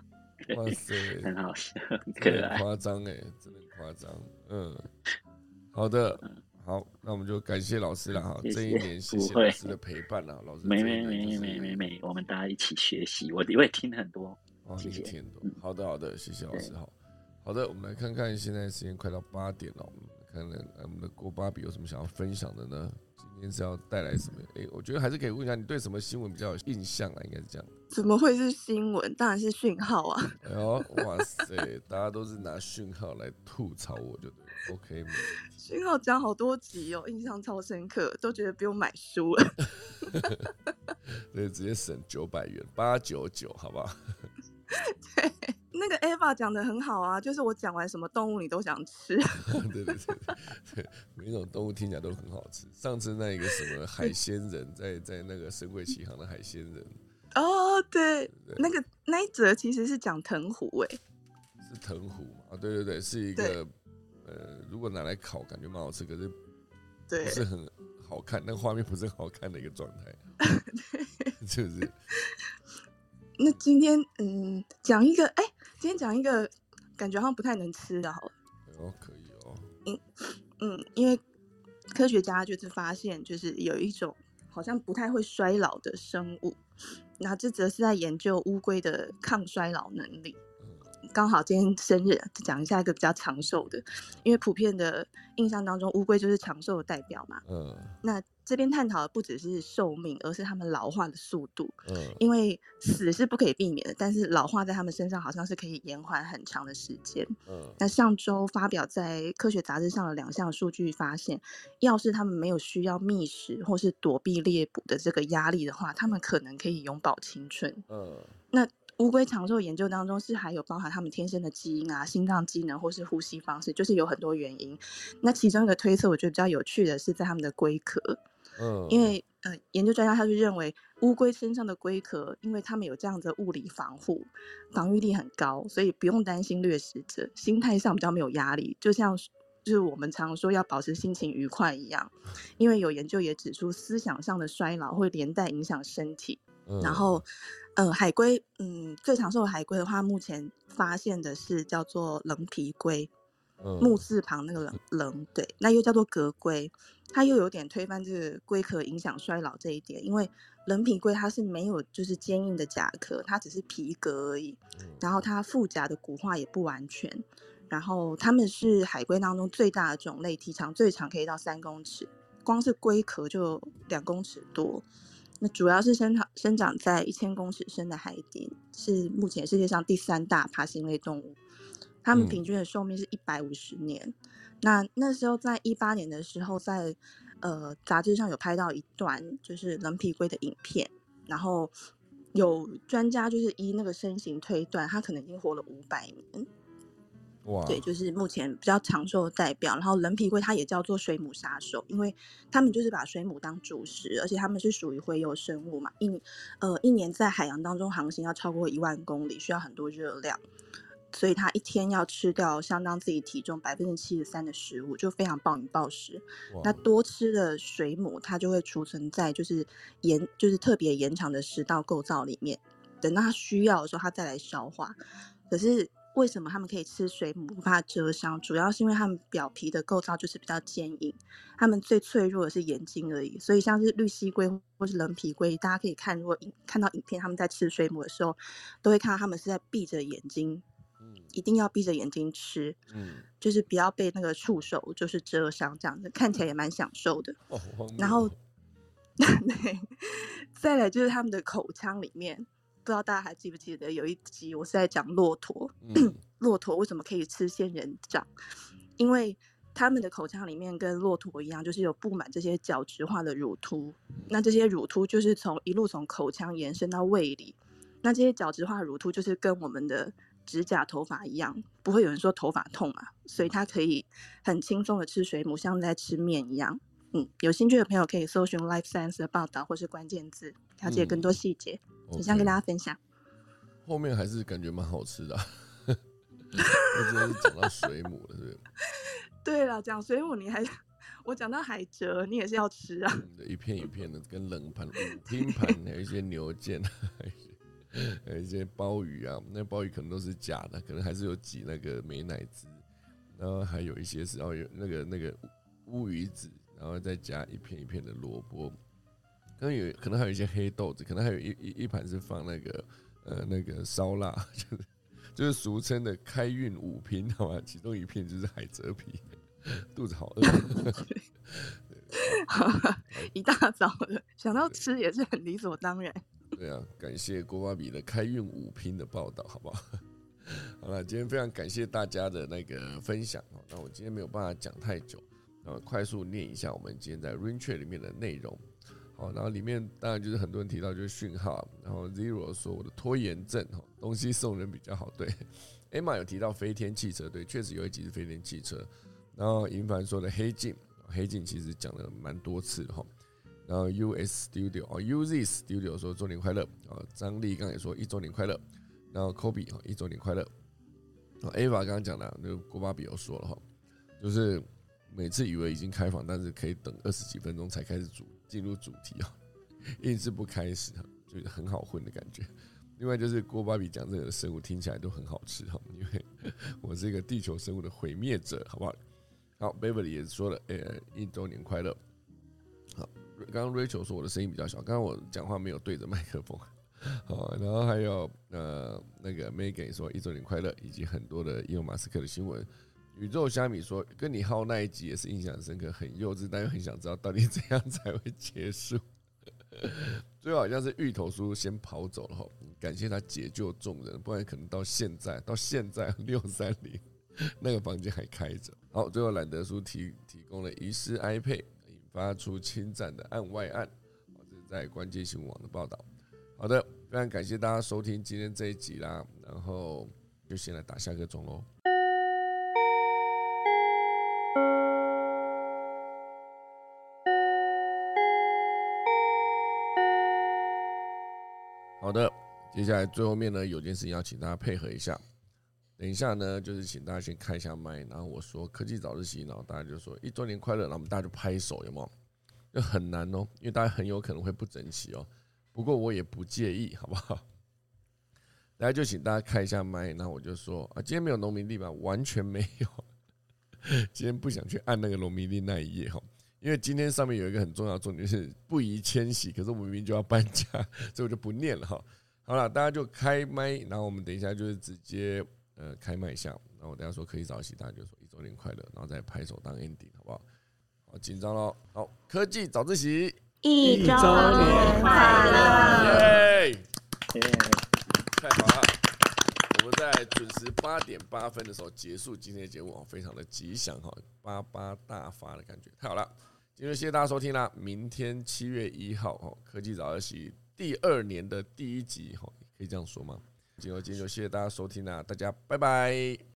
对， 哇塞， 很好笑，很可爱， 夸张哎，真的很夸张。嗯，好的，好，那我们就感谢老师了哈。 谢谢这一年谢谢老师的陪伴啦，老师没这一年就是没没没没，我们大家一起学习，我我也听很多， 哦， 谢谢。 听很多，好的好的，谢谢老师好。好的，我们来看看现在时间快到八点了，我们看看我们的郭芭比有什么想要分享的呢？今天是要带来什么？哎、欸，我觉得还是可以问一下你对什么新闻比较有印象啊？应该是这样。 怎么会是新闻？当然是讯号啊！ 哎呦，哇塞，大家都是拿讯号来吐槽我就对了。OK， 讯号讲好多集哦，印象超深刻，都觉得不用买书了。 对，直接省九百元，八九九，好不好？ 对，那个 Eva 讲的很好啊，就是我讲完什么动物你都想吃。 对对对对，每一种动物听起来都很好吃。上次那一个什么海鲜人，在在那个神鬼奇航的海鲜人。 哦，对，对那个那一则其实是讲藤壶，哎， 是藤壶嘛？啊，对对对，是一个呃，如果拿来烤，感觉蛮好吃，可是不是很好看，那个画面不是很好看的一个状态，是不是？ 那今天嗯，讲一个，哎、欸，今天讲一个感觉好像不太能吃的，好了。 哦，可以哦。 嗯嗯，因为科学家就是发现，就是有一种好像不太会衰老的生物，那这则是在研究乌龟的抗衰老能力。刚好今天生日，讲一下一个比较长寿的，因为普遍的印象当中，乌龟就是长寿的代表嘛。嗯。那这边探讨的不只是寿命，而是他们老化的速度。嗯。因为死是不可以避免的，但是老化在他们身上好像是可以延缓很长的时间。嗯。那上周发表在科学杂志上的两项数据发现，要是他们没有需要觅食或是躲避猎捕的这个压力的话，他们可能可以永葆青春。嗯。那乌龟长寿研究当中是还有包含他们天生的基因啊、心脏机能或是呼吸方式，就是有很多原因。那其中一个推测，我觉得比较有趣的是在他们的龟壳，嗯，因为呃研究专家他就认为乌龟身上的龟壳，因为他们有这样的物理防护，防御力很高，所以不用担心掠食者，心态上比较没有压力，就像就是我们常说要保持心情愉快一样。因为有研究也指出，思想上的衰老会连带影响身体。然后，呃，海龟，嗯，最长寿的海龟的话，目前发现的是叫做棱皮龟，嗯、木字旁那个棱棱，对，那又叫做革龟，它又有点推翻这个龟壳影响衰老这一点，因为棱皮龟它是没有就是坚硬的甲壳，它只是皮革而已，然后它腹甲的骨化也不完全，然后它们是海龟当中最大的种类，体长最长可以到三公尺，光是龟壳就两公尺多。那主要是生长生长在一千公尺深的海底，是目前世界上第三大爬行类动物。它们平均的寿命是一百五十年。嗯、那那时候在一八年的时候在，呃杂志上有拍到一段就是棱皮龟的影片，然后有专家就是依那个身形推断，它可能已经活了五百年。Wow. 对，就是目前比较长寿的代表。然后棱皮龟它也叫做水母杀手，因为他们就是把水母当主食，而且他们是属于洄游生物嘛，一呃一年在海洋当中航行要超过一万公里，需要很多热量，所以它一天要吃掉相当自己体重百分之七十三的食物，就非常暴饮暴食。Wow. 那多吃的水母，它就会储存在就是延就是特别延长的食道构造里面，等到它需要的时候，它再来消化。可是为什么他们可以吃水母不怕蛰伤？主要是因为他们表皮的构造就是比较坚硬，他们最脆弱的是眼睛而已。所以像是绿蜥龟或是棱皮龟，大家可以看，如果看到影片，他们在吃水母的时候，都会看到他们是在闭着眼睛，一定要闭着眼睛吃，嗯，就是不要被那个触手就是蛰伤，这样子看起来也蛮享受的。哦，然后，对，再来就是他们的口腔里面。不知道大家还记不记得有一集我是在讲骆驼，嗯、骆驼为什么可以吃仙人掌？因为他们的口腔里面跟骆驼一样，就是有布满这些角质化的乳突，那这些乳突就是从一路从口腔延伸到胃里，那这些角质化的乳突就是跟我们的指甲头发一样，不会有人说头发痛嘛，所以它可以很轻松的吃水母，像在吃面一样。嗯，有兴趣的朋友可以搜寻 Life Science 的报道或是关键字，了解更多细节。很想跟大家分享。 后面还是感觉蛮好吃的、啊，我真的是讲到水母了，是不是？ 对了，讲水母你还，我讲到海蜇，你也是要吃啊。 嗯、一片一片的，跟冷盘、五拼盘，还有一些牛腱。 一些鲍鱼啊，那鲍鱼可能都是假的，可能还是有挤那个美乃滋，然后还有一些是要有那个那个乌鱼子，然后再加一片一片的萝卜，可能有可能还有一些黑豆子，可能还有一一一盘是放那个呃那个烧腊，就是就是俗称的开运五拼，好吧？其中一片就是海蜇皮，肚子好饿。 一大早的想到吃也是很理所当然。 对啊，感谢郭芭比的开运五拼的报道，好不好？好了，今天非常感谢大家的那个分享。那我今天没有办法讲太久，呃，快速念一下我们今天在 Raintree 里面的内容。好，然后里面当然就是很多人提到就是讯号，然后 Zero 说我的拖延症，东西送人比较好。对 ，Emma 有提到飞天汽车，对，确实有一集是飞天汽车。然后银凡说的黑镜。黑镜其实讲了蛮多次的哈，然后 U S Studio 哦 U Z Studio 说周年快乐啊，张力刚才也说一周年快乐，然后 Kobe 哈一周年快乐，啊 Ava 刚刚讲的那个郭芭比有说了哈，就是每次以为已经开房，但是可以等二十几分钟才开始主进入主题啊，硬是不开始，就很好混的感觉。另外就是郭芭比讲这个生物听起来都很好吃哈，因为我是一个地球生物的毁灭者，好不好？好 ，Beverly 也说了，呃，一周年快乐。好，刚刚 Rachel 说我的声音比较小，刚刚我讲话没有对着麦克风。好，然后还有呃那个 Megan 说一周年快乐，以及很多的伊隆马斯克的新闻。宇宙虾米说跟你耗那一集也是印象深刻，很幼稚，但又很想知道到底怎样才会结束。最后好像是芋头叔先跑走了哈，感谢他解救众人，不然可能到现在到现在六三零。那个房间还开着。好，最后懒得书提提供了遗失 iPad 引发出侵占的案外案，这是在关键新闻网的报道。好的，非常感谢大家收听今天这一集啦，然后就先来打下个钟喽。好的，接下来最后面呢，有件事情要请大家配合一下。等一下呢，就是请大家先开一下麦，然后我说科技早自习，然后大家就说一周年快乐，然后我们大家就拍手，有没有？就很难哦，因为大家很有可能会不整齐哦。不过我也不介意，好不好？大家就请大家开一下麦，然后我就说啊，今天没有农民历吗？完全没有，今天不想去按那个农民历那一页哈，因为今天上面有一个很重要的重点是不宜迁徙，可是我们明明就要搬家，所以我就不念了哈。好了，大家就开麦，然后我们等一下就是直接。呃，开麦一下，然后我等一下说科技早起，大家就说一周年快乐，然后再拍手当 ending， 好不好？好紧张咯。好，科技早自习， 一周年快乐！ 耶！太好了，我们在准时八点八分的时候结束今天的节目，非常的吉祥哈，八八大发的感觉，太好了。今天谢谢大家收听啦，明天七月一号哈，科技早自习第二年的第一集哈，可以这样说吗？今天就谢谢大家收听啦，大家拜拜。